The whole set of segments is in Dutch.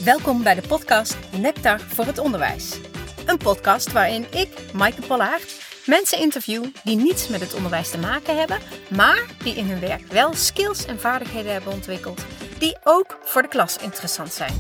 Welkom bij de podcast Nectar voor het onderwijs. Een podcast waarin ik, Maaike Pollaert, mensen interview die niets met het onderwijs te maken hebben, maar die in hun werk wel skills en vaardigheden hebben ontwikkeld die ook voor de klas interessant zijn.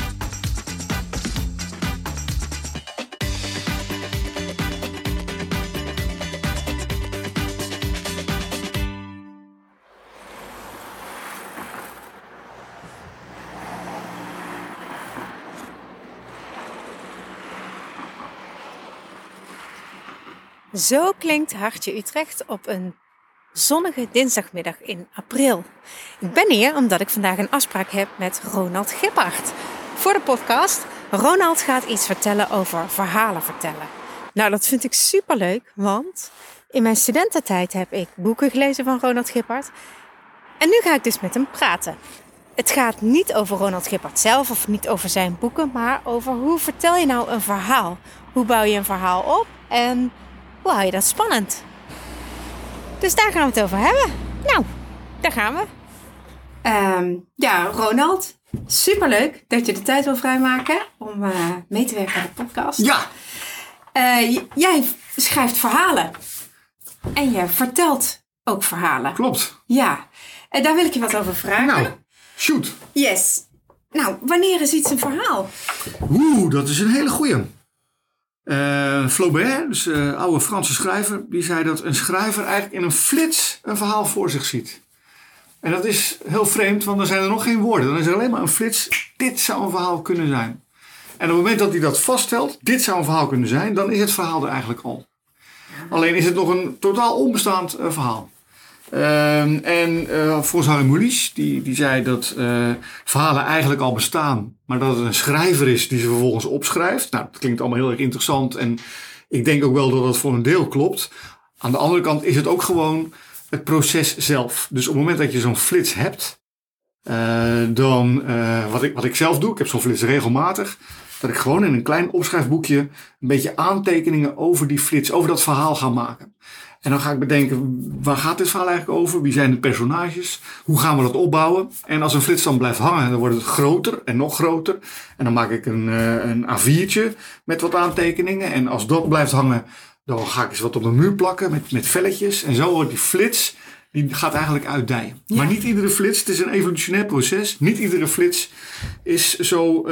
Zo klinkt Hartje Utrecht op een zonnige dinsdagmiddag in april. Ik ben hier omdat ik vandaag een afspraak heb met Ronald Gippard voor de podcast. Ronald gaat iets vertellen over verhalen vertellen. Nou, dat vind ik superleuk, want in mijn studententijd heb ik boeken gelezen van Ronald Gippard. En nu ga ik dus met hem praten. Het gaat niet over Ronald Gippard zelf of niet over zijn boeken, maar over hoe vertel je nou een verhaal? Hoe bouw je een verhaal op en hoe hou je dat spannend? Dus daar gaan we het over hebben. Nou, daar gaan we. Ronald, superleuk dat je de tijd wil vrijmaken om mee te werken aan de podcast. Ja. Jij schrijft verhalen. En je vertelt ook verhalen. Klopt. Ja. Daar wil ik je wat over vragen. Nou, shoot. Yes. Nou, wanneer is iets een verhaal? Dat is een hele goeie. Flaubert, dus oude Franse schrijver, die zei dat een schrijver eigenlijk in een flits een verhaal voor zich ziet. En dat is heel vreemd, want dan zijn er nog geen woorden. Dan is er alleen maar een flits. Dit zou een verhaal kunnen zijn. En op het moment dat hij dat vaststelt, dit zou een verhaal kunnen zijn, dan is het verhaal er eigenlijk al. Alleen is het nog een totaal onbestaand verhaal. Volgens Harry Mulisch, die zei dat verhalen eigenlijk al bestaan, maar dat het een schrijver is die ze vervolgens opschrijft. Nou, dat klinkt allemaal heel erg interessant en ik denk ook wel dat dat voor een deel klopt. Aan de andere kant is het ook gewoon het proces zelf. Dus op het moment dat je zo'n flits hebt, wat ik zelf doe, ik heb zo'n flits regelmatig, dat ik gewoon in een klein opschrijfboekje een beetje aantekeningen over die flits, over dat verhaal ga maken. En dan ga ik bedenken, waar gaat dit verhaal eigenlijk over? Wie zijn de personages? Hoe gaan we dat opbouwen? En als een flits dan blijft hangen, dan wordt het groter en nog groter. En dan maak ik een A4'tje met wat aantekeningen. En als dat blijft hangen, dan ga ik eens wat op de muur plakken met velletjes. En zo wordt die flits, die gaat eigenlijk uitdijen. Ja. Maar niet iedere flits, het is een evolutionair proces. Niet iedere flits is zo,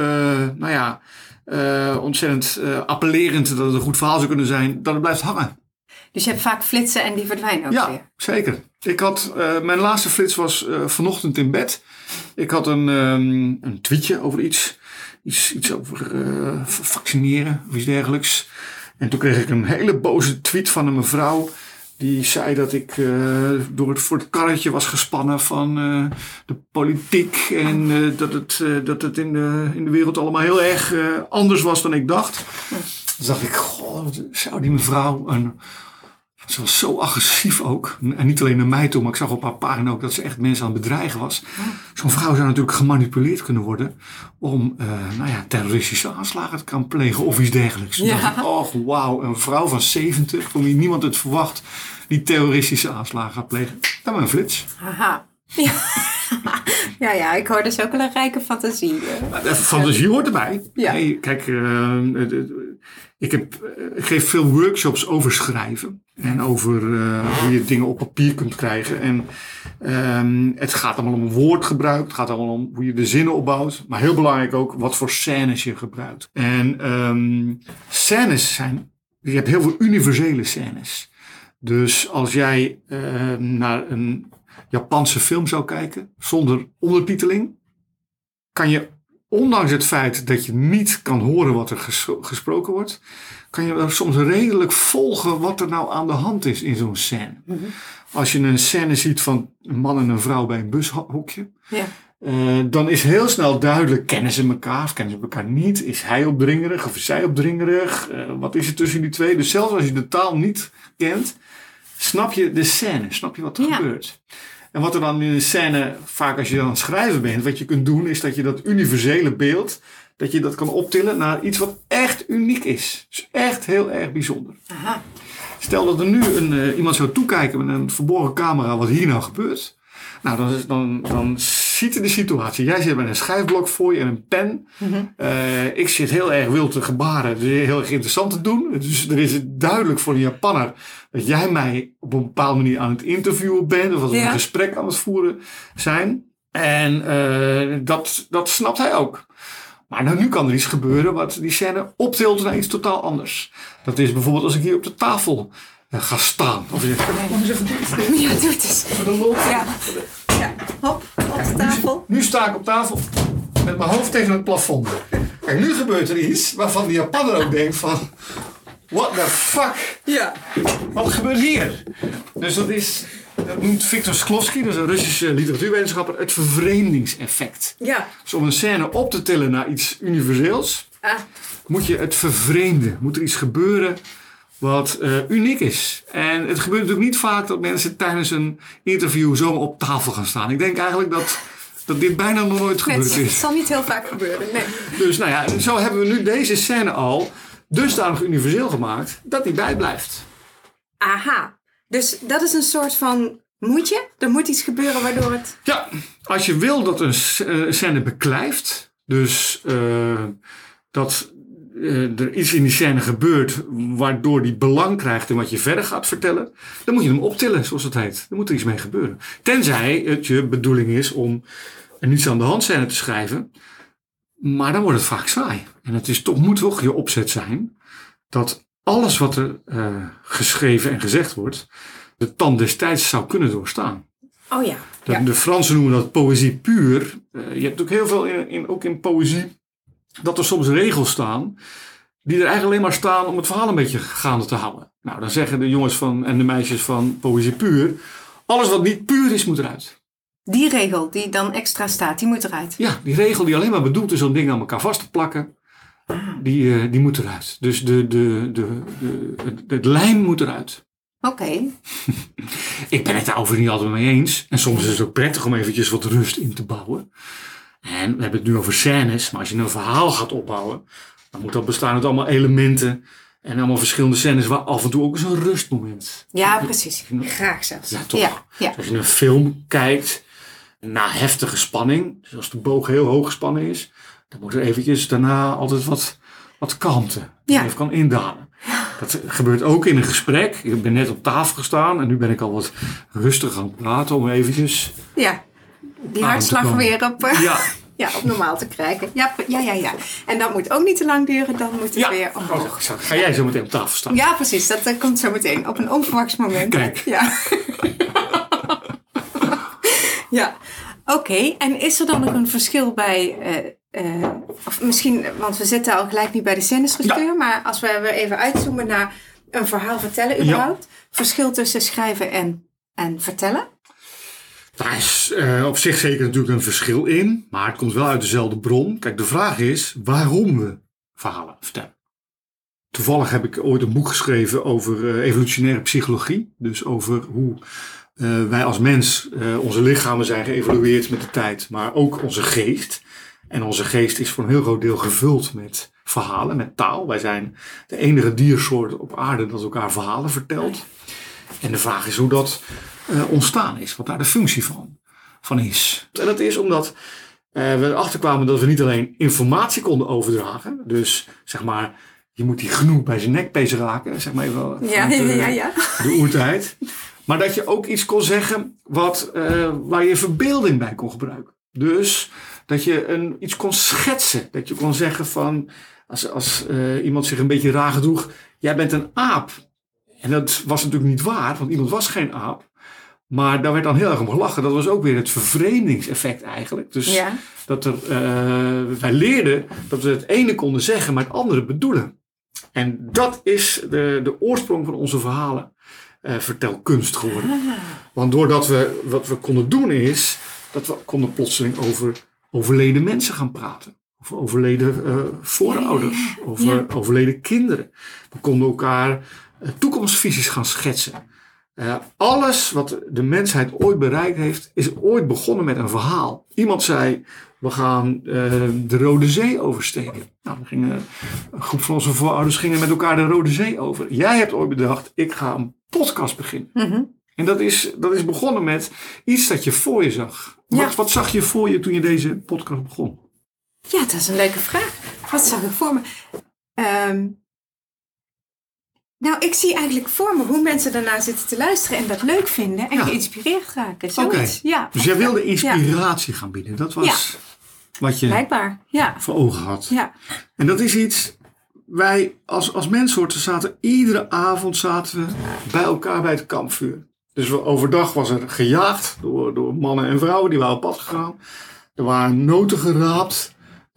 ontzettend appellerend dat het een goed verhaal zou kunnen zijn, dat het blijft hangen. Dus je hebt vaak flitsen en die verdwijnen ook weer. Ja, zeker. Mijn laatste flits was vanochtend in bed. Ik had een tweetje over iets over vaccineren of iets dergelijks. En toen kreeg ik een hele boze tweet van een mevrouw. Die zei dat ik voor het karretje was gespannen van de politiek. En dat het in de wereld allemaal heel erg anders was dan ik dacht. Dus dacht ik, zou die mevrouw... Ze was zo agressief ook. En niet alleen naar mij toe, maar ik zag op haar pagina ook dat ze echt mensen aan het bedreigen was. Zo'n vrouw zou natuurlijk gemanipuleerd kunnen worden om terroristische aanslagen te gaan plegen of iets dergelijks. Toen dacht ik, wauw, een vrouw van 70, van wie niemand het verwacht, die terroristische aanslagen gaat plegen. Dat was een flits. Haha. Ja, ik hoor dus ook wel een rijke fantasie. De fantasie hoort erbij. Ja. Hey, kijk, ik geef veel workshops over schrijven. En over hoe je dingen op papier kunt krijgen. En het gaat allemaal om woordgebruik. Het gaat allemaal om hoe je de zinnen opbouwt. Maar heel belangrijk ook wat voor scènes je gebruikt. En scènes zijn... Je hebt heel veel universele scènes. Dus als jij naar een Japanse film zou kijken, zonder ondertiteling, kan je, ondanks het feit dat je niet kan horen wat er gesproken wordt, kan je wel soms redelijk volgen wat er nou aan de hand is in zo'n scène. Mm-hmm. Als je een scène ziet van een man en een vrouw bij een bushokje, dan is heel snel duidelijk, kennen ze elkaar of kennen ze elkaar niet? Is hij opdringerig of is zij opdringerig? Wat is er tussen die twee? Dus zelfs als je de taal niet kent, snap je de scène, snap je wat er gebeurt. En wat er dan in een scène, vaak als je dan aan het schrijven bent, wat je kunt doen, is dat je dat universele beeld, dat je dat kan optillen naar iets wat echt uniek is. Dus echt heel erg bijzonder. Aha. Stel dat er nu iemand zou toekijken met een verborgen camera wat hier nou gebeurt. Nou, dan ziet in de situatie. Jij zit met een schrijfblok voor je en een pen. Mhm. Ik zit heel erg wild te gebaren. Dus heel erg interessant te doen. Dus er is het duidelijk voor een Japanner dat jij mij op een bepaalde manier aan het interviewen bent. Of als we een gesprek aan het voeren zijn. En dat snapt hij ook. Maar nou, nu kan er iets gebeuren wat die scène optilt naar iets totaal anders. Dat is bijvoorbeeld als ik hier op de tafel ga staan. Of je zegt, Ja, doe het eens. voor de lol. Ja, hop, op de tafel. Nu sta ik op tafel met mijn hoofd tegen het plafond. Kijk, nu gebeurt er iets waarvan de Japaner ook denkt van... What the fuck? Ja. Wat gebeurt hier? Dus dat noemt Victor Shklovsky, dat is een Russische literatuurwetenschapper, het vervreemdingseffect. Ja. Dus om een scène op te tillen naar iets universeels, moet je het vervreemden. Moet er iets gebeuren wat uniek is. En het gebeurt natuurlijk niet vaak dat mensen tijdens een interview zo op tafel gaan staan. Ik denk eigenlijk dat dit bijna nog nooit gebeurd is. Het zal niet heel vaak gebeuren, nee. Dus nou ja, zo hebben we nu deze scène al dusdanig universeel gemaakt dat die bijblijft. Aha. Dus dat is een soort van moetje? Er moet iets gebeuren waardoor het... Ja, als je wil dat een scène beklijft, dus dat er iets in die scène gebeurt waardoor die belang krijgt in wat je verder gaat vertellen, dan moet je hem optillen, zoals het heet. Er moet er iets mee gebeuren. Tenzij het je bedoeling is om een niets aan de hand scène te schrijven, maar dan wordt het vaak saai. En het is moet toch je opzet zijn dat alles wat er geschreven en gezegd wordt, de tand des tijds zou kunnen doorstaan. Oh ja. De Fransen noemen dat poëzie puur. Je hebt ook heel veel ook in poëzie dat er soms regels staan die er eigenlijk alleen maar staan om het verhaal een beetje gaande te houden. Nou, dan zeggen de jongens en de meisjes van poëzie puur, alles wat niet puur is moet eruit. Die regel die dan extra staat, die moet eruit. Ja, die regel die alleen maar bedoeld is om dingen aan elkaar vast te plakken, die moet eruit. Dus het lijm moet eruit. Oké. Ik ben het daarover niet altijd mee eens. En soms is het ook prettig om eventjes wat rust in te bouwen. En we hebben het nu over scènes. Maar als je een verhaal gaat opbouwen, dan moet dat bestaan uit allemaal elementen. En allemaal verschillende scènes waar af en toe ook eens een rustmoment. Ja, precies. Graag zelfs. Ja, toch. Ja. Dus als je een film kijkt, na heftige spanning. Dus als de boog heel hoog gespannen is, dan moet er eventjes daarna altijd wat kalmte. Even kan indalen. Dat gebeurt ook in een gesprek. Ik ben net op tafel gestaan en nu ben ik al wat rustig aan het praten om eventjes... Ja, die hartslag weer op, op normaal te krijgen. Ja. En dat moet ook niet te lang duren, dan moet het weer omhoog. Ga jij zo meteen op tafel staan? Ja, precies. Dat komt zo meteen op een onverwachts moment. Kijk. Ja. Ja. Oké. En is er dan nog een verschil bij... of misschien, want we zitten al gelijk niet bij de scènestructuur, maar als we weer even uitzoomen naar een verhaal vertellen überhaupt. Verschil tussen schrijven en vertellen? Daar is op zich zeker natuurlijk een verschil in, maar het komt wel uit dezelfde bron. Kijk, de vraag is waarom we verhalen vertellen. Toevallig heb ik ooit een boek geschreven over evolutionaire psychologie. Dus over hoe wij als mens, onze lichamen zijn geëvolueerd met de tijd, maar ook onze geest. En onze geest is voor een heel groot deel gevuld met verhalen, met taal. Wij zijn de enige diersoort op aarde dat elkaar verhalen vertelt. En de vraag is hoe dat ontstaan is, wat daar de functie van is. En dat is omdat we erachter kwamen dat we niet alleen informatie konden overdragen. Dus zeg maar, je moet die gnoe bij zijn nekpees raken, zeg maar even de oertijd. Maar dat je ook iets kon zeggen waar je verbeelding bij kon gebruiken. Dus dat je iets kon schetsen. Dat je kon zeggen van, als iemand zich een beetje raar gedroeg, jij bent een aap. En dat was natuurlijk niet waar, want iemand was geen aap. Maar daar werd dan heel erg om gelachen. Dat was ook weer het vervreemdingseffect eigenlijk. Dus dat wij leerden dat we het ene konden zeggen, maar het andere bedoelen. En dat is de oorsprong van onze verhalen vertelkunst geworden. Want doordat wat we konden doen is, dat we konden plotseling over overleden mensen gaan praten. Over overleden voorouders. Over overleden kinderen. We konden elkaar toekomstvisies gaan schetsen. Alles wat de mensheid ooit bereikt heeft, is ooit begonnen met een verhaal. Iemand zei, we gaan de Rode Zee oversteken. Nou, een groep van onze voorouders gingen met elkaar de Rode Zee over. Jij hebt ooit bedacht, ik ga een podcast beginnen. Mm-hmm. En dat is begonnen met iets dat je voor je zag. Ja. Wat zag je voor je toen je deze podcast begon? Ja, dat is een leuke vraag. Wat zag ik voor me? Nou, ik zie eigenlijk voor me hoe mensen daarna zitten te luisteren en dat leuk vinden en geïnspireerd raken. Zoiets. Ja. Dus jij wilde inspiratie gaan bieden. Dat was wat je blijkbaar voor ogen had. Ja. En dat is iets, wij als menssoorten iedere avond we bij elkaar bij het kampvuur. Dus overdag was er gejaagd door mannen en vrouwen, die waren op pad gegaan. Er waren noten geraapt.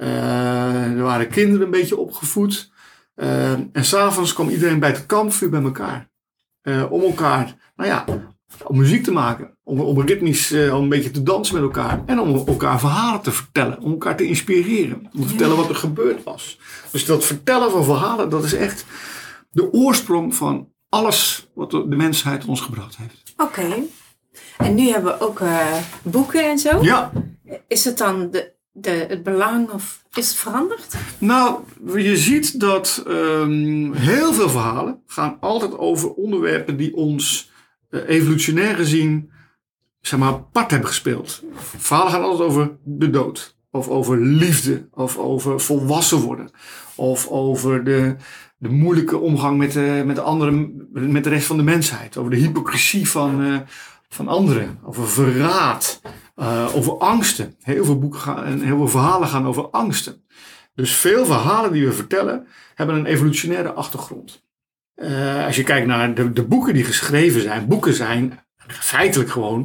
Er waren kinderen een beetje opgevoed. En s'avonds kwam iedereen bij het kampvuur bij elkaar. Om elkaar, om muziek te maken. Om ritmisch een beetje te dansen met elkaar. En om elkaar verhalen te vertellen. Om elkaar te inspireren. Om te vertellen wat er gebeurd was. Dus dat vertellen van verhalen, dat is echt de oorsprong van alles wat de mensheid ons gebracht heeft. Oké. En nu hebben we ook boeken en zo. Ja. Is het dan het belang of is het veranderd? Nou, je ziet dat heel veel verhalen gaan altijd over onderwerpen die ons evolutionair gezien apart hebben gespeeld. Verhalen gaan altijd over de dood. Of over liefde. Of over volwassen worden. Of over de moeilijke omgang met de rest van de mensheid. Over de hypocrisie van anderen. Over verraad. Over angsten. Heel veel boeken en heel veel verhalen gaan over angsten. Dus veel verhalen die we vertellen hebben een evolutionaire achtergrond. Als je kijkt naar de boeken die geschreven zijn. Boeken zijn feitelijk gewoon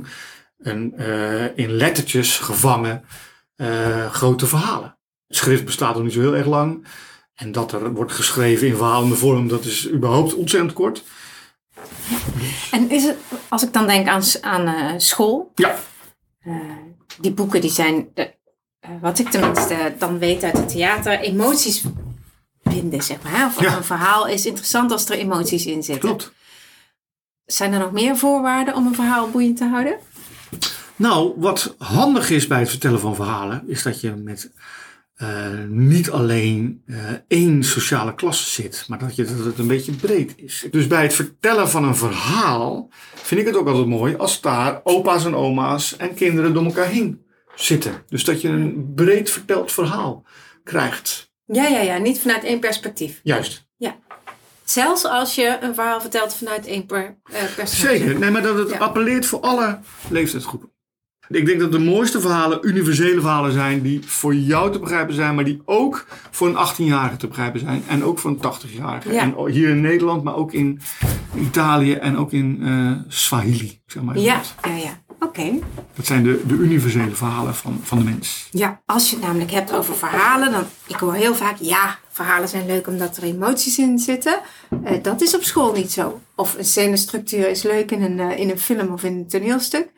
in lettertjes gevangen grote verhalen. Het schrift bestaat nog niet zo heel erg lang. En dat er wordt geschreven in verhalende vorm, dat is überhaupt ontzettend kort. En is het, als ik dan denk aan school. Ja. Die boeken die zijn, wat ik tenminste dan weet uit het theater, emoties binden, zeg maar. Of een verhaal is interessant als er emoties in zitten. Klopt. Zijn er nog meer voorwaarden om een verhaal boeiend te houden? Nou, wat handig is bij het vertellen van verhalen, is dat je met niet alleen één sociale klasse zit, maar dat het een beetje breed is. Dus bij het vertellen van een verhaal vind ik het ook altijd mooi als daar opa's en oma's en kinderen door elkaar heen zitten. Dus dat je een breed verteld verhaal krijgt. Ja, niet vanuit één perspectief. Juist. Ja. Zelfs als je een verhaal vertelt vanuit één perspectief. Zeker, nee, maar dat het appelleert voor alle leeftijdsgroepen. Ik denk dat de mooiste verhalen universele verhalen zijn die voor jou te begrijpen zijn, maar die ook voor een 18-jarige te begrijpen zijn. En ook voor een 80-jarige. Ja. En hier in Nederland, maar ook in Italië en ook in Swahili. Zeg maar. Ja. Oké. Dat zijn de universele verhalen van de mens. Ja, als je het namelijk hebt over verhalen, dan ik hoor heel vaak, verhalen zijn leuk omdat er emoties in zitten. Dat is op school niet zo. Of een scenestructuur is leuk in een film of in een toneelstuk.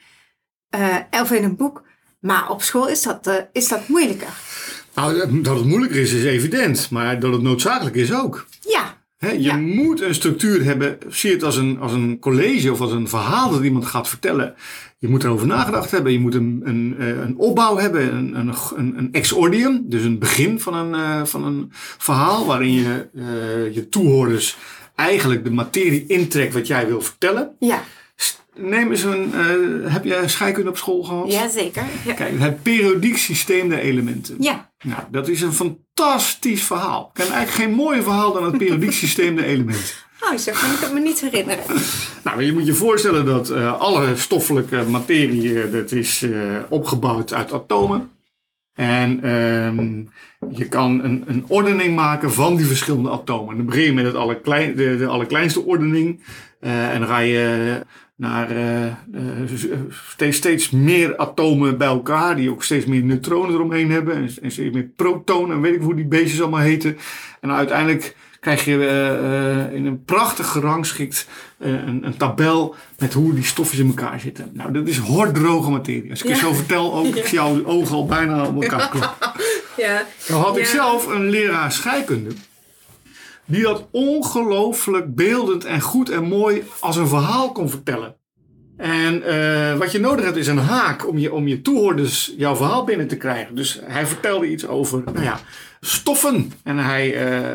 Of in een boek. Maar op school is dat moeilijker. Nou, dat het moeilijker is evident. Maar dat het noodzakelijk is ook. Ja. Je moet een structuur hebben. Zie het als een college of als een verhaal dat iemand gaat vertellen. Je moet erover nagedacht hebben. Je moet een opbouw hebben. Een exordium. Dus een begin van een verhaal. Waarin je toehoorders eigenlijk de materie intrekt wat jij wil vertellen. Ja. Neem eens heb je scheikunde op school gehad? Jazeker. Ja. Kijk, het periodiek systeem der elementen. Ja. Nou, dat is een fantastisch verhaal. Ik ken eigenlijk geen mooier verhaal dan het periodiek systeem der elementen. Zo kan ik het me niet herinneren. Nou, je moet je voorstellen dat alle stoffelijke materie, dat is opgebouwd uit atomen. En je kan een ordening maken van die verschillende atomen. Dan begin je met de allerkleinste ordening. En dan ga je naar steeds meer atomen bij elkaar. Die ook steeds meer neutronen eromheen hebben. En steeds meer protonen. En weet ik hoe die beestjes allemaal heten. En uiteindelijk krijg je in een prachtig gerangschikt een tabel met hoe die stofjes in elkaar zitten. Nou, dat is hordroge materie. Als ik het zo vertel ook, ik zie jouw ogen al bijna op elkaar kloppen. Ja. Nou had ik zelf een leraar scheikunde. Die dat ongelooflijk beeldend en goed en mooi als een verhaal kon vertellen. En wat je nodig hebt is een haak om je toehoorders jouw verhaal binnen te krijgen. Dus hij vertelde iets over stoffen. En hij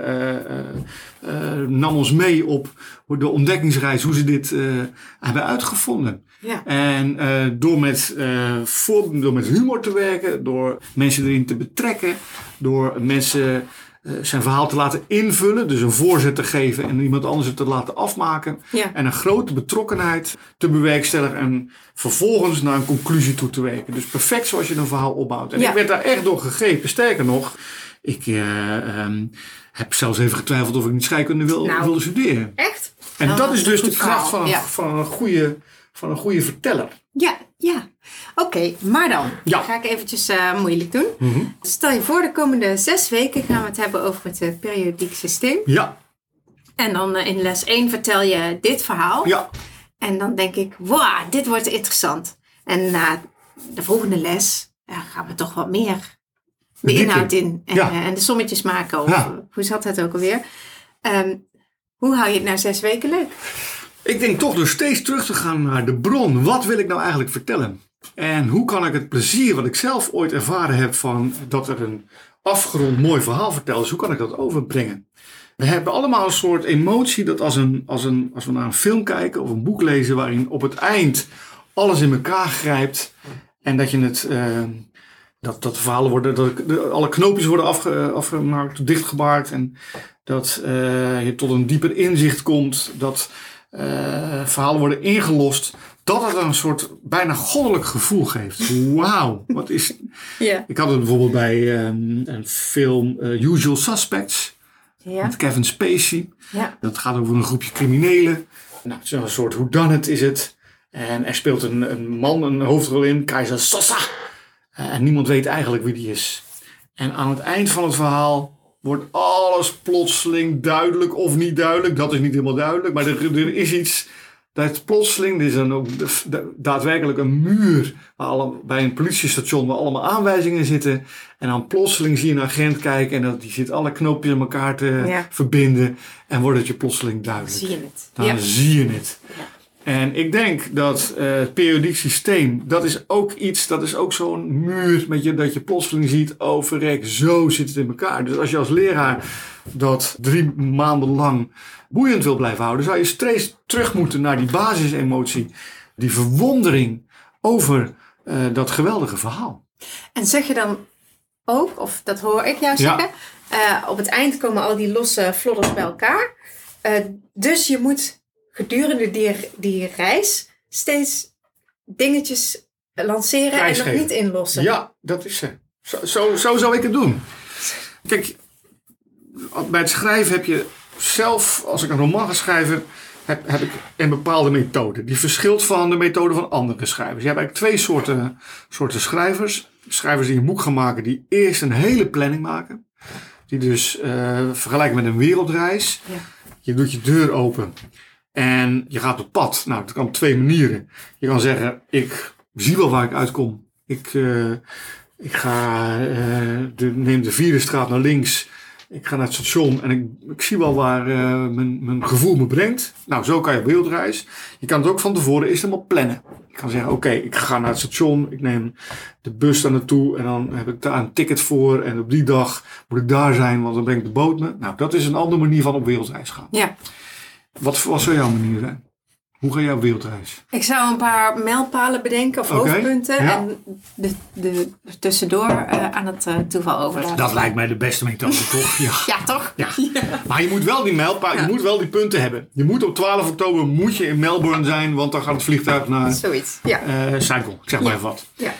nam ons mee op de ontdekkingsreis hoe ze dit hebben uitgevonden. Ja. En door met humor te werken, door mensen erin te betrekken, door mensen zijn verhaal te laten invullen, dus een voorzet te geven en iemand anders het te laten afmaken. Ja. En een grote betrokkenheid te bewerkstelligen en vervolgens naar een conclusie toe te werken. Dus perfect zoals je een verhaal opbouwt. En ik werd daar echt door gegrepen. Sterker nog, ik heb zelfs even getwijfeld of ik niet scheikunde wilde studeren. Echt? En dat is dus de kracht van een goede verteller. Ja. Oké, maar dan ga ik eventjes moeilijk doen. Mm-hmm. Stel je voor, de komende 6 weken gaan we het hebben over het periodiek systeem. Ja. En dan in les 1 vertel je dit verhaal. Ja. En dan denk ik, wow, dit wordt interessant. En na de volgende les gaan we toch wat meer de inhoud in. En de sommetjes maken. Of hoe zat het ook alweer? Hoe hou je het na 6 weken leuk? Ik denk toch door steeds terug te gaan naar de bron. Wat wil ik nou eigenlijk vertellen? En hoe kan ik het plezier wat ik zelf ooit ervaren heb van dat er een afgerond mooi verhaal verteld is, hoe kan ik dat overbrengen? We hebben allemaal een soort emotie dat als we naar een film kijken of een boek lezen waarin op het eind alles in elkaar grijpt en dat je het, dat de verhalen worden, dat alle knoopjes worden afgemaakt, dichtgebaard en dat je tot een dieper inzicht komt, dat verhalen worden ingelost, dat het een soort bijna goddelijk gevoel geeft. Wauw, wat is... Ja. Ik had het bijvoorbeeld bij een film Usual Suspects met Kevin Spacey. Ja. Dat gaat over een groepje criminelen. Nou, het is een soort whodunit is het. En er speelt een man een hoofdrol in, Kaiser Sosa. En niemand weet eigenlijk wie die is. En aan het eind van het verhaal wordt alles plotseling duidelijk of niet duidelijk. Dat is niet helemaal duidelijk, maar er is iets dat plotseling, er is dan ook daadwerkelijk een muur bij een politiestation waar allemaal aanwijzingen zitten. En dan plotseling zie je een agent kijken en die zit alle knoopjes aan elkaar te verbinden. En wordt het je plotseling duidelijk. Zie je het. Dan zie je het. Ja. En ik denk dat het periodiek systeem, dat is ook zo'n muur dat je plotseling ziet, oh verrek, zo zit het in elkaar. Dus als je als leraar dat 3 maanden lang boeiend wil blijven houden, zou je steeds terug moeten naar die basisemotie, die verwondering over dat geweldige verhaal. En zeg je dan ook, of dat hoor ik jou zeggen, op het eind komen al die losse vlodders bij elkaar. Dus je moet gedurende die reis steeds dingetjes lanceren en nog niet inlossen. Ja, dat is ze. Zo zou ik het doen. Kijk, bij het schrijven heb je zelf, als ik een roman ga schrijven, heb ik een bepaalde methode. Die verschilt van de methode van andere schrijvers. Je hebt eigenlijk 2 soorten schrijvers. Schrijvers die een boek gaan maken, die eerst een hele planning maken. Die dus vergelijken met een wereldreis. Ja. Je doet je deur open. En je gaat op pad. Nou, dat kan op 2 manieren. Je kan zeggen, ik zie wel waar ik uitkom. Ik neem de 4e straat naar links. Ik ga naar het station en ik zie wel waar mijn gevoel me brengt. Nou, zo kan je op wereldreis. Je kan het ook van tevoren eerst helemaal plannen. Je kan zeggen, oké, ik ga naar het station. Ik neem de bus daar naartoe en dan heb ik daar een ticket voor. En op die dag moet ik daar zijn, want dan brengt de boot me. Nou, dat is een andere manier van op wereldreis gaan. Ja. Wat zou jouw manier zijn? Hoe ga jij op wereldreis? Ik zou een paar mijlpalen bedenken of hoofdpunten. Ja. En de tussendoor aan het toeval overlaten. Dat lijkt mij de beste methode, toch? Ja, toch? Ja. Maar je moet wel die mijlpalen, je moet wel die punten hebben. Je moet op 12 oktober moet je in Melbourne zijn, want dan gaat het vliegtuig naar zoiets. Saigon. Ik zeg maar even wat. Ja.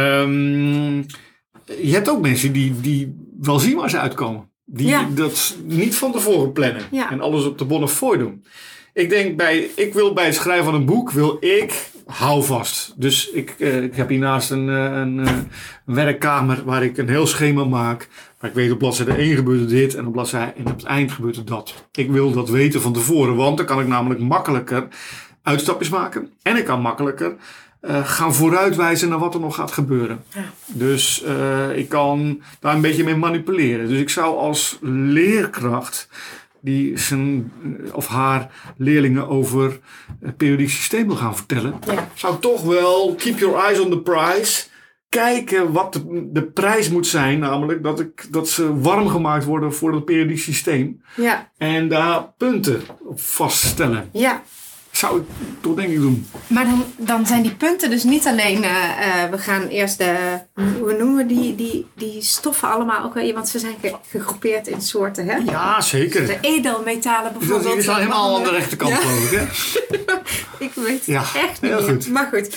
Je hebt ook mensen die wel zien waar ze uitkomen. Die dat niet van tevoren plannen. Ja. En alles op de bonne fooi doen. Ik wil bij het schrijven van een boek, hou vast. Dus ik heb hiernaast een werkkamer waar ik een heel schema maak. Maar ik weet op bladzijde 1 gebeurt dit en op het eind gebeurt er dat. Ik wil dat weten van tevoren, want dan kan ik namelijk makkelijker uitstapjes maken. En ik kan makkelijker gaan vooruitwijzen naar wat er nog gaat gebeuren. Ja. Dus ik kan daar een beetje mee manipuleren. Dus ik zou als leerkracht die zijn of haar leerlingen over het periodiek systeem wil gaan vertellen, zou ik toch wel keep your eyes on the prize. Kijken wat de prijs moet zijn, namelijk dat ze warm gemaakt worden voor het periodiek systeem. Ja. En daar punten op vaststellen. Ja. Zou ik toch denk ik doen. Maar dan zijn die punten dus niet alleen... we gaan eerst hoe noemen we die stoffen allemaal ook wel? Want ze zijn gegroepeerd in soorten, hè? Ja, zeker. De edelmetalen bijvoorbeeld. Die staan helemaal aan de rechterkant, geloof ik, hè? Ik weet het echt niet meer. Goed. Maar goed.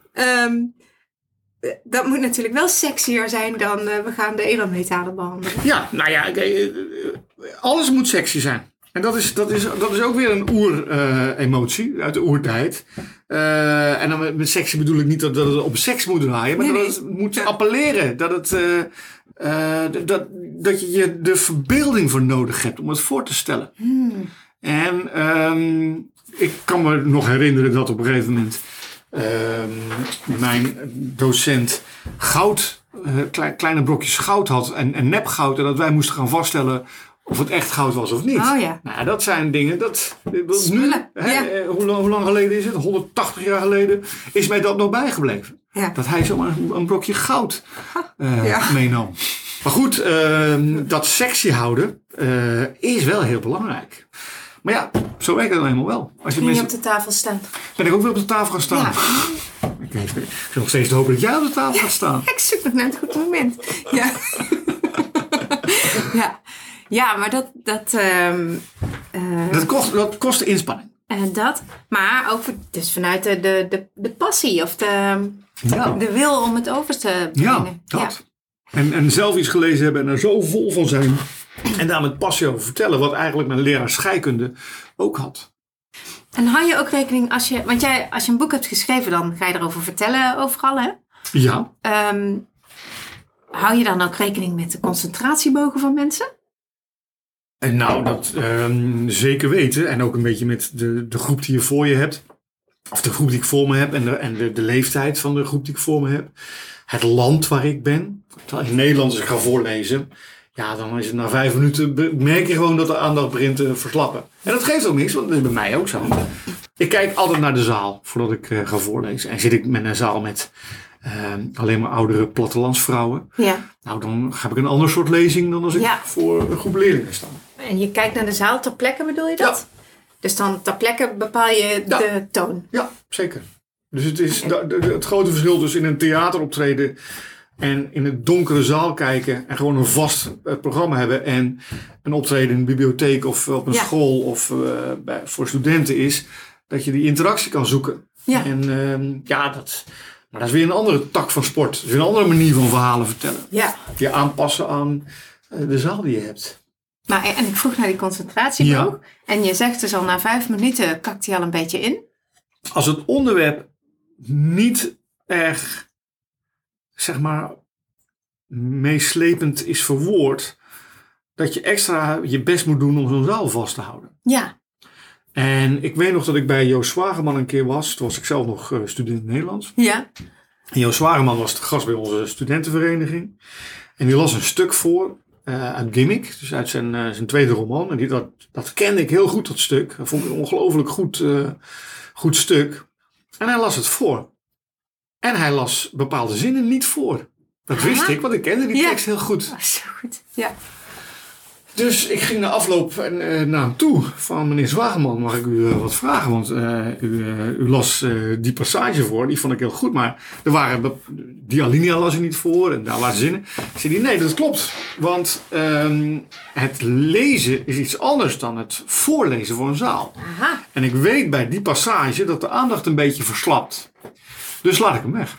Dat moet natuurlijk wel sexier zijn dan we gaan de edelmetalen behandelen. Ja, nou ja, alles moet sexy zijn. En dat is ook weer een oer-emotie uit de oertijd. En dan met sexy bedoel ik niet dat het op seks moet draaien, maar dat het moet appelleren. Dat je de verbeelding voor nodig hebt om het voor te stellen. En ik kan me nog herinneren dat op een gegeven moment mijn docent goud, kleine brokjes goud had en nepgoud. En dat wij moesten gaan vaststellen of het echt goud was of niet. Oh ja. Nou, dat zijn dingen, dat nu, hoe lang geleden is het? 180 jaar geleden is mij dat nog bijgebleven. Ja. Dat hij zomaar een brokje goud meenam. Maar goed, dat sexy houden is wel heel belangrijk. Maar ja, zo werkt het dan helemaal wel. Als je mensen op de tafel staan. Ben ik ook weer op de tafel gaan staan. Ja. Ik zit nog steeds te hopen dat jij op de tafel gaat staan. Ik zoek nog net het goede moment. Ja. Ja, maar dat kost inspanning. Maar ook dus vanuit de passie of de wil om het over te brengen. Ja, dat. Ja. En zelf iets gelezen hebben en er zo vol van zijn. En daar met passie over vertellen. Wat eigenlijk mijn leraar scheikunde ook had. En hou je ook rekening als je een boek hebt geschreven, dan ga je erover vertellen overal, hè? Ja. Hou je dan ook rekening met de concentratiebogen van mensen? En nou, dat zeker weten. En ook een beetje met de groep die je voor je hebt. Of de groep die ik voor me heb. En de leeftijd van de groep die ik voor me heb. Het land waar ik ben. In Nederland, als ik ga voorlezen. Ja, dan is het na 5 minuten. Merk je gewoon dat de aandacht begint te verslappen. En dat geeft ook niks, want dat is bij mij ook zo. Ik kijk altijd naar de zaal voordat ik ga voorlezen. En zit ik met een zaal met alleen maar oudere plattelandsvrouwen. Ja. Nou, dan heb ik een ander soort lezing dan als ik voor een groep leerlingen sta. En je kijkt naar de zaal ter plekke, bedoel je dat? Ja. Dus dan ter plekke bepaal je de toon? Ja, zeker. Dus het is het grote verschil tussen in een theateroptreden en in een donkere zaal kijken en gewoon een vast programma hebben en een optreden in een bibliotheek of op een school of voor studenten is dat je die interactie kan zoeken. Ja. En maar dat is weer een andere tak van sport. Dat is weer een andere manier van verhalen vertellen. Ja. Je aanpassen aan de zaal die je hebt. En ik vroeg naar die concentratieboog. Ja. En je zegt dus al na 5 minuten kakt hij al een beetje in. Als het onderwerp niet erg, zeg maar, meeslepend is verwoord, dat je extra je best moet doen om zo'n zaal vast te houden. Ja. En ik weet nog dat ik bij Joost Zwageman een keer was. Toen was ik zelf nog student Nederlands. Ja. En Joost Zwageman was de gast bij onze studentenvereniging. En die las een stuk voor uit Gimmick. Dus uit zijn tweede roman. En dat kende ik heel goed, dat stuk. Dat vond ik een ongelooflijk goed stuk. En hij las het voor. En hij las bepaalde zinnen niet voor. Dat wist ik, want ik kende die tekst heel goed. Oh, zo goed, ja. Dus ik ging na afloop naar hem toe van meneer Zwageman, mag ik u wat vragen? Want u las die passage voor, die vond ik heel goed, maar er waren die alinea las u niet voor en daar waren zinnen. Ik zei, nee, dat klopt, want het lezen is iets anders dan het voorlezen voor een zaal. Aha. En ik weet bij die passage dat de aandacht een beetje verslapt. Dus laat ik hem weg.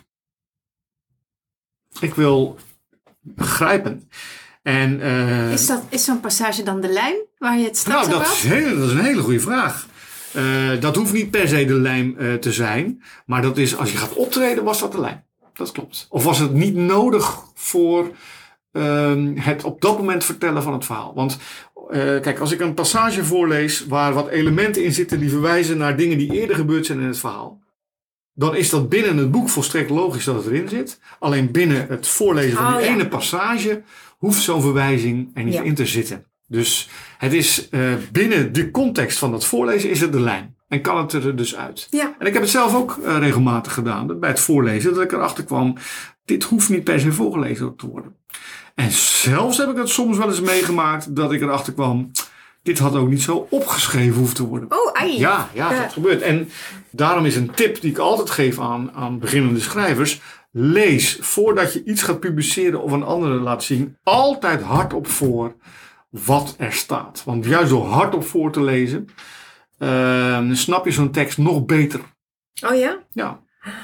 Ik wil begrijpen. En, is zo'n passage dan de lijm waar je het straks over had? Dat is een hele goede vraag. Dat hoeft niet per se de lijm te zijn. Maar dat is, als je gaat optreden, was dat de lijm. Dat klopt. Of was het niet nodig voor het op dat moment vertellen van het verhaal? Want kijk, als ik een passage voorlees waar wat elementen in zitten die verwijzen naar dingen die eerder gebeurd zijn in het verhaal, dan is dat binnen het boek volstrekt logisch dat het erin zit. Alleen binnen het voorlezen van die ene passage hoeft zo'n verwijzing er niet in te zitten. Dus het is binnen de context van dat voorlezen is het de lijn. En kan het er dus uit. Ja. En ik heb het zelf ook regelmatig gedaan. Bij het voorlezen. Dat ik erachter kwam. Dit hoeft niet per se voorgelezen te worden. En zelfs heb ik het soms wel eens meegemaakt. Dat ik erachter kwam. Dit had ook niet zo opgeschreven hoeven te worden. Oh, ai. Ja, dat gebeurt. En daarom is een tip die ik altijd geef aan beginnende schrijvers. Lees voordat je iets gaat publiceren of een andere laat zien. Altijd hardop voor wat er staat. Want juist door hardop voor te lezen. Snap je zo'n tekst nog beter. Oh ja? Ja.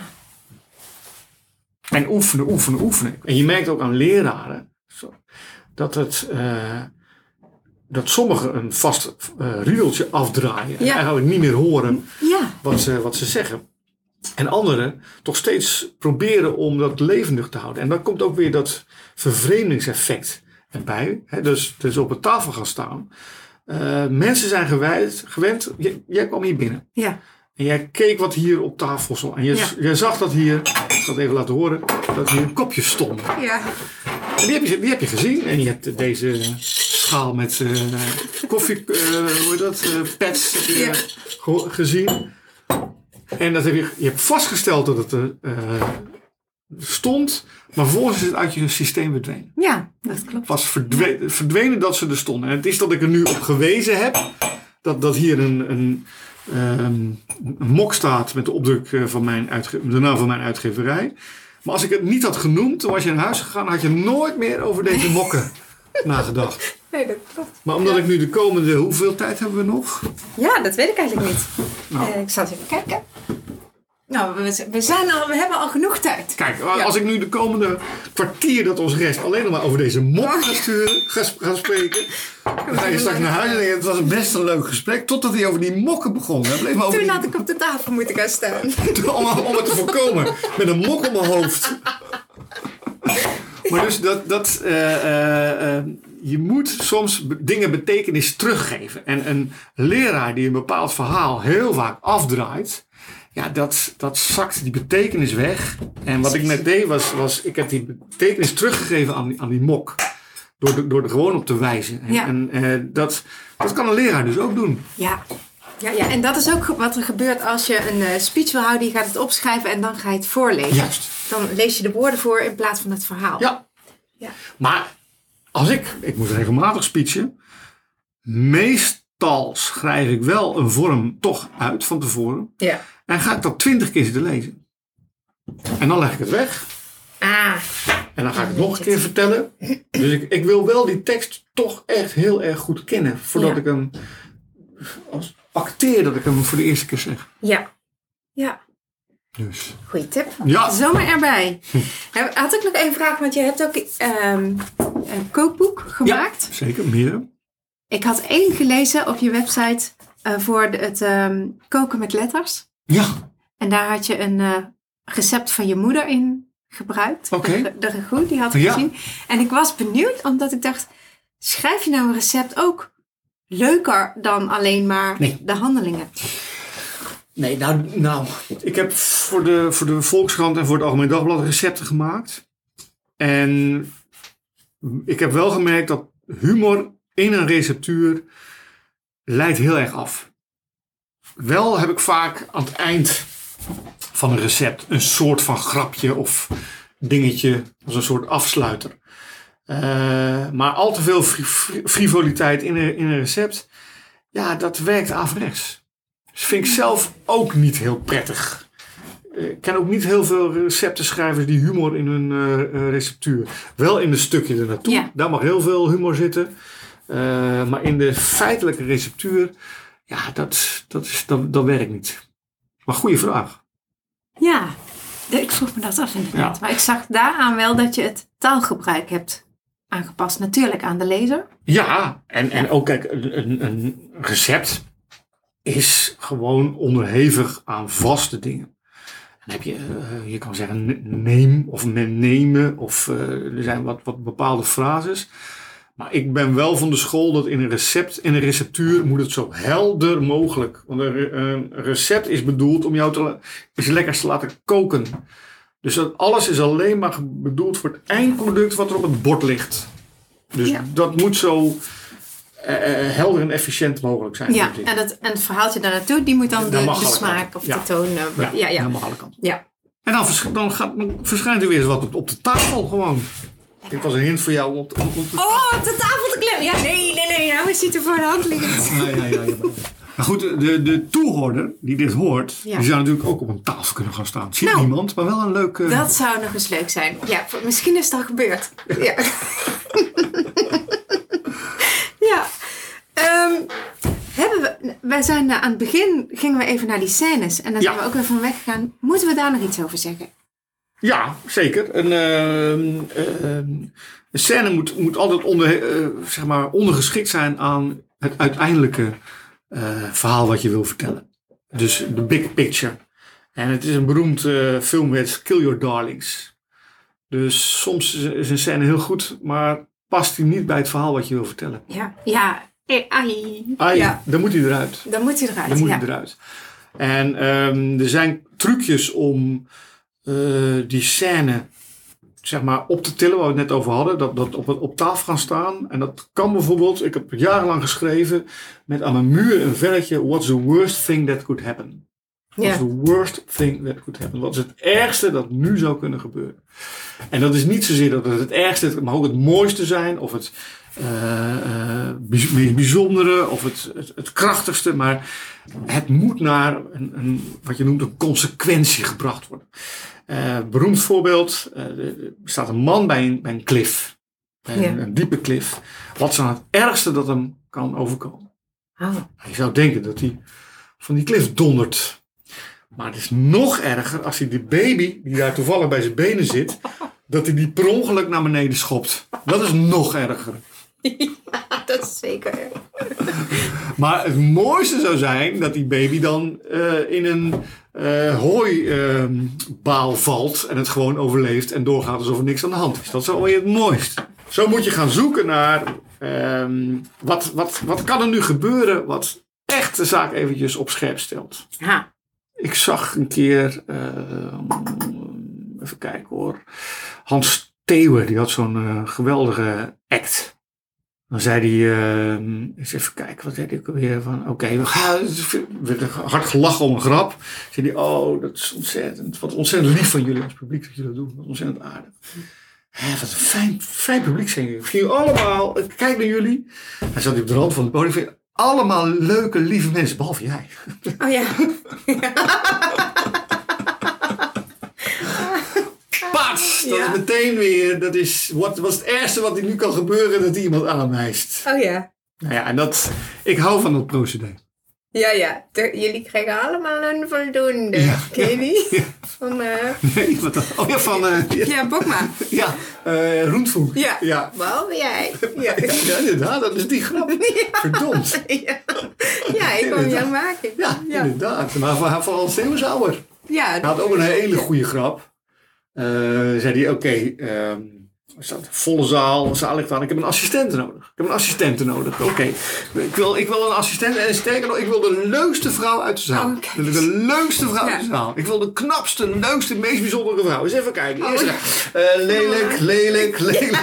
En oefenen. En je merkt ook aan leraren. Dat sommigen een vast riedeltje afdraaien. En eigenlijk niet meer horen wat ze zeggen. En anderen toch steeds proberen om dat levendig te houden. En dan komt ook weer dat vervreemdingseffect erbij. Dus op de tafel gaan staan. Mensen zijn gewend. Jij kwam hier binnen. Ja. En jij keek wat hier op tafel stond. En jij zag dat hier, ik zal het even laten horen, dat hier een kopje stond. Ja. En die heb je gezien. En je hebt deze schaal met koffie, pads gezien. En dat je hebt vastgesteld dat het stond. Maar vervolgens is het uit je systeem verdwenen. Ja, dat klopt. Pas verdwenen dat ze er stonden. En het is dat ik er nu op gewezen heb. Dat hier een mok staat met de opdruk van de naam van mijn uitgeverij. Maar als ik het niet had genoemd, dan was je naar huis gegaan, had je nooit meer over deze mokken nagedacht. Nee, dat klopt. Maar omdat ik nu de komende, hoeveel tijd hebben we nog? Ja, dat weet ik eigenlijk niet. Nou. Ik zal eens even kijken. Nou, we hebben al genoeg tijd. Kijk, als ik nu de komende kwartier dat ons rest alleen nog maar over deze mok ga spreken. Dan ga je straks naar huis en denken, het was best een leuk gesprek. Totdat hij over die mokken begon. Toen had ik op de tafel moeten gaan staan. Om het te voorkomen. Met een mok op mijn hoofd. Maar dus je moet soms dingen betekenis teruggeven. En een leraar die een bepaald verhaal heel vaak afdraait. Ja, dat zakt die betekenis weg. En wat ik net deed was ik heb die betekenis teruggegeven aan die mok. Door er gewoon op te wijzen. En dat kan een leraar dus ook doen. Ja, en dat is ook wat er gebeurt als je een speech wil houden. Je gaat het opschrijven en dan ga je het voorlezen. Juist. Dan lees je de woorden voor in plaats van het verhaal. Ja. Maar als ik moet regelmatig speechen. Meestal schrijf ik wel een vorm toch uit van tevoren. Ja. En ga ik dat 20 keer zitten lezen. En dan leg ik het weg. En dan ga ik het nog een keer vertellen. Dus ik wil wel die tekst toch echt heel erg goed kennen. Voordat ik hem acteer dat ik hem voor de eerste keer zeg. Ja. Dus. Goeie tip. Ja. Zomaar erbij. Had ik nog één vraag, want je hebt ook een kookboek gemaakt. Ja, zeker. Meer. Ik had 1 gelezen op je website voor het koken met letters. Ja. En daar had je een recept van je moeder in gebruikt. Oké. De ragout, die had ik gezien. En ik was benieuwd, omdat ik dacht, schrijf je nou een recept ook leuker dan alleen maar de handelingen? Nee, nou, ik heb voor de Volkskrant en voor het Algemeen Dagblad recepten gemaakt. En ik heb wel gemerkt dat humor in een receptuur leidt heel erg af. Wel heb ik vaak aan het eind van een recept een soort van grapje of dingetje als een soort afsluiter. Maar al te veel frivoliteit in een recept, ja, dat werkt averechts. Dus vind ik zelf ook niet heel prettig. Ik ken ook niet heel veel receptenschrijvers die humor in hun receptuur. Wel in de stukje ernaartoe. Ja. Daar mag heel veel humor zitten. Maar in de feitelijke receptuur, ja, dat werkt niet. Maar goede vraag. Ja, ik vroeg me dat af inderdaad. Ja. Maar ik zag daaraan wel dat je het taalgebruik hebt aangepast. Natuurlijk aan de lezer. Ja, en ook kijk, een recept is gewoon onderhevig aan vaste dingen. Dan heb je kan zeggen neem of nemen of er zijn wat bepaalde frases. Maar ik ben wel van de school dat in een receptuur moet het zo helder mogelijk. Want een recept is bedoeld om jou eens lekker te laten koken. Dus alles is alleen maar bedoeld voor het eindproduct wat er op het bord ligt. Dus dat moet zo helder en efficiënt mogelijk zijn. Ja, en het verhaaltje daar naartoe, die moet dan de smaak of de toon... Ja, mag alle kanten. Ja. En dan verschijnt er weer eens wat op de tafel gewoon. Dit was een hint voor jou. Op de tafel te klimmen. Ja, nee. Nou is hij er voor de hand liggend. Ja. Maar goed, de toehoorder die dit hoort, die zou natuurlijk ook op een tafel kunnen gaan staan. Ziet niemand, maar wel een leuke... Dat zou nog eens leuk zijn. Ja, misschien is het al gebeurd. Ja. Ja. Wij zijn aan het begin, gingen we even naar die scènes. En dan zijn we ook weer van weg gegaan. Moeten we daar nog iets over zeggen? Ja, zeker. Een scène moet altijd ondergeschikt zijn aan het uiteindelijke verhaal wat je wil vertellen. Dus de big picture. En het is een beroemd filmwet, Kill Your Darlings. Dus soms is een scène heel goed, maar past die niet bij het verhaal wat je wil vertellen. Ja. Dan moet hij eruit. Dan moet hij eruit. En er zijn trucjes om die scène op te tillen, waar we het net over hadden. Dat op tafel gaan staan. En dat kan bijvoorbeeld, ik heb jarenlang geschreven met aan mijn muur een velletje. What's the worst thing that could happen? What's the worst thing that could happen? Wat is het ergste dat nu zou kunnen gebeuren? En dat is niet zozeer dat het ergste, het mag ook het mooiste zijn. Of het meest bijzondere. Of het krachtigste. Maar het moet naar wat je noemt een consequentie gebracht worden. Beroemd voorbeeld. Er staat een man bij een klif. Een diepe klif. Wat is dan het ergste dat hem kan overkomen? Je zou denken dat hij van die klif dondert. Maar het is nog erger als hij die baby die daar toevallig bij zijn benen zit, dat hij die per ongeluk naar beneden schopt. Dat is nog erger. Ja, dat is zeker. Maar het mooiste zou zijn dat die baby dan in een hooibaal valt en het gewoon overleeft en doorgaat alsof er niks aan de hand is. Dat is alweer het mooiste. Zo moet je gaan zoeken naar wat kan er nu gebeuren wat echt de zaak eventjes op scherp stelt. Ja. Ik zag een keer, even kijken hoor, Hans Theeuwen, die had zo'n geweldige act. Dan zei hij, eens even kijken, wat deed ik alweer van, werd hard gelachen om een grap. Zei hij, dat is ontzettend lief van jullie als publiek dat jullie dat doen, wat ontzettend aardig. Wat een fijn publiek zijn jullie. Jullie allemaal, kijk naar jullie. Hij zat op de rand van het podium. Allemaal leuke, lieve mensen, behalve jij. Oh ja. Pas! Dat is meteen weer, wat was het ergste wat er nu kan gebeuren, dat iemand aanwijst. Oh ja. Nou ja, en ik hou van dat procedé. Ja. Jullie krijgen allemaal een voldoende. Ja. Ken je die? Ja. Van, nee, wat dan? Oh ja, van... ja, Bokma. Ja, Roentvoer. Ja, behalve jij. Ja, inderdaad, dat is die grap. Ja. Verdomd. Ja, ik kon jou maken. Ja, inderdaad. Maar van Hans Theeuwen ouder. Ja. Hij had ook een hele goede grap. Zei hij, volle zaal, zalig aan. Ik heb een assistente nodig. Oké. Ik wil een assistent en sterker nog, ik wil de leukste vrouw uit de zaal. De leukste vrouw uit de zaal. Ik wil de knapste, leukste, meest bijzondere vrouw. Eens even kijken. Eerst lelijk.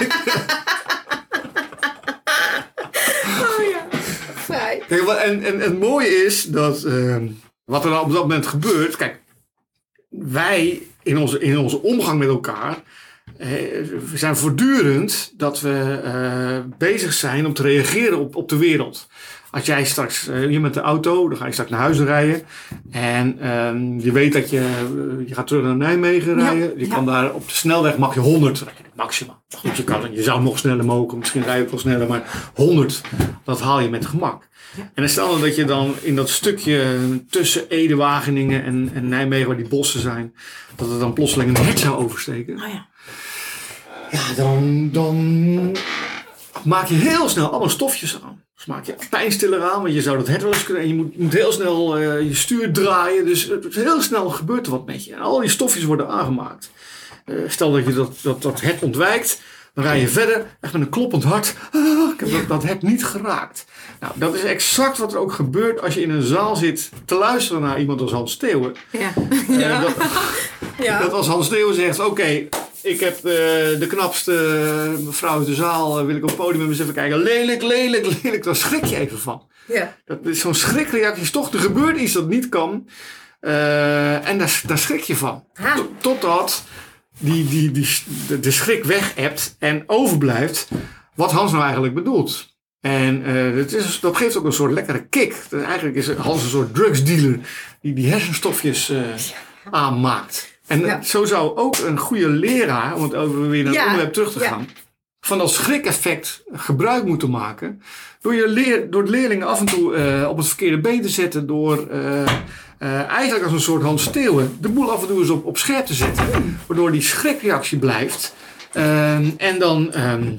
Oh ja. Fijn. Kijk, en het mooie is dat wat er op dat moment gebeurt. Kijk, wij in onze omgang met elkaar. We zijn voortdurend dat we bezig zijn om te reageren op de wereld. Als jij straks hier met de auto, dan ga je straks naar huis rijden. En je weet dat je gaat terug naar Nijmegen rijden. Je kan daar op de snelweg mag je 100 maximaal. Goed, je zou nog sneller mogen, misschien rij je ook wel sneller, maar 100, dat haal je met gemak. Ja. En dan stel dat je dan in dat stukje tussen Ede, Wageningen en Nijmegen, waar die bossen zijn, dat het dan plotseling een hert zou oversteken. Oh ja. Ja, dan maak je heel snel allemaal stofjes aan. Dus maak je pijnstiller aan, want je zou dat hert wel eens kunnen. En je moet heel snel je stuur draaien. Dus heel snel gebeurt er wat met je. En al die stofjes worden aangemaakt. Stel dat je dat hert ontwijkt. Dan rij je verder, echt met een kloppend hart. Ik heb dat hert niet geraakt. Nou, dat is exact wat er ook gebeurt als je in een zaal zit te luisteren naar iemand als Hans Theeuwen. Ja. Dat als Hans Theeuwen zegt, oké, ik heb de knapste mevrouw uit de zaal, wil ik op het podium eens even kijken. Lelijk, daar schrik je even van. Ja. Dat is zo'n schrikreactie is toch, er gebeurt iets dat niet kan. En daar schrik je van. Totdat de schrik weg hebt en overblijft wat Hans nou eigenlijk bedoelt. En dat geeft ook een soort lekkere kick. Eigenlijk is Hans een soort drugsdealer die hersenstofjes aanmaakt. En zo zou ook een goede leraar, om het over weer naar het onderwerp terug te gaan, van dat schrik-effect gebruik moeten maken. Door de leerlingen af en toe op het verkeerde been te zetten. Door eigenlijk als een soort Hans Steeuwen de boel af en toe eens op scherp te zetten. Waardoor die schrikreactie blijft. En dan,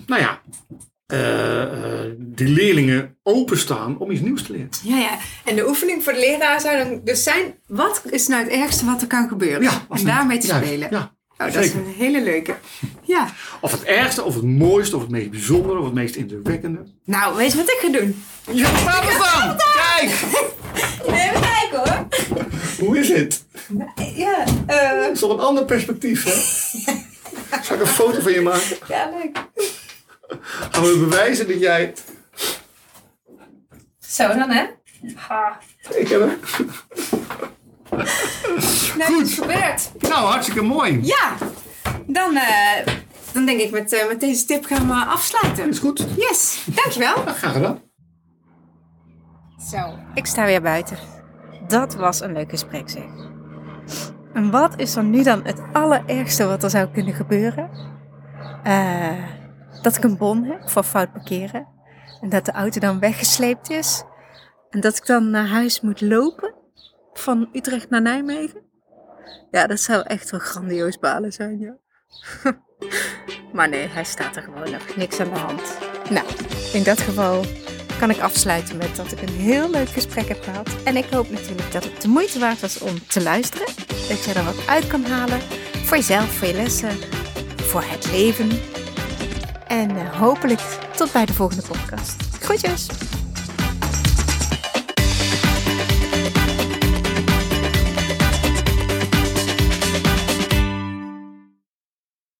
die leerlingen openstaan om iets nieuws te leren. Ja. En de oefening voor de leraar zou dan dus zijn, wat is nou het ergste wat er kan gebeuren? Ja, en daarmee te spelen. Ja, dat is een hele leuke. Ja. Of het ergste, of het mooiste, of het meest bijzondere, of het meest indrukwekkende. Nou, weet je wat ik ga doen? Ja, laat me staan! Kijk! Even kijken hoor. Hoe is het? Ja. Dat is toch een ander perspectief, hè? Zal ik een foto van je maken? Ja, leuk. Gaan we bewijzen dat jij... Zo dan, hè? Ha. Ik heb hem. Nou, goed. Het gebeurt. Nou, hartstikke mooi. Ja. Dan denk ik met deze tip gaan we afsluiten. Is goed. Yes. Dankjewel. Ja, graag gedaan. Zo, ik sta weer buiten. Dat was een leuk gesprek, zeg. En wat is er nu dan het allerergste wat er zou kunnen gebeuren? Dat ik een bon heb voor fout parkeren. En dat de auto dan weggesleept is. En dat ik dan naar huis moet lopen. Van Utrecht naar Nijmegen. Ja, dat zou echt wel grandioos balen zijn, ja. Maar nee, hij staat er gewoon nog. Niks aan de hand. Nou, in dat geval kan ik afsluiten met dat ik een heel leuk gesprek heb gehad. En ik hoop natuurlijk dat het de moeite waard was om te luisteren. Dat je er wat uit kan halen. Voor jezelf, voor je lessen. Voor het leven. En hopelijk tot bij de volgende podcast. Groetjes!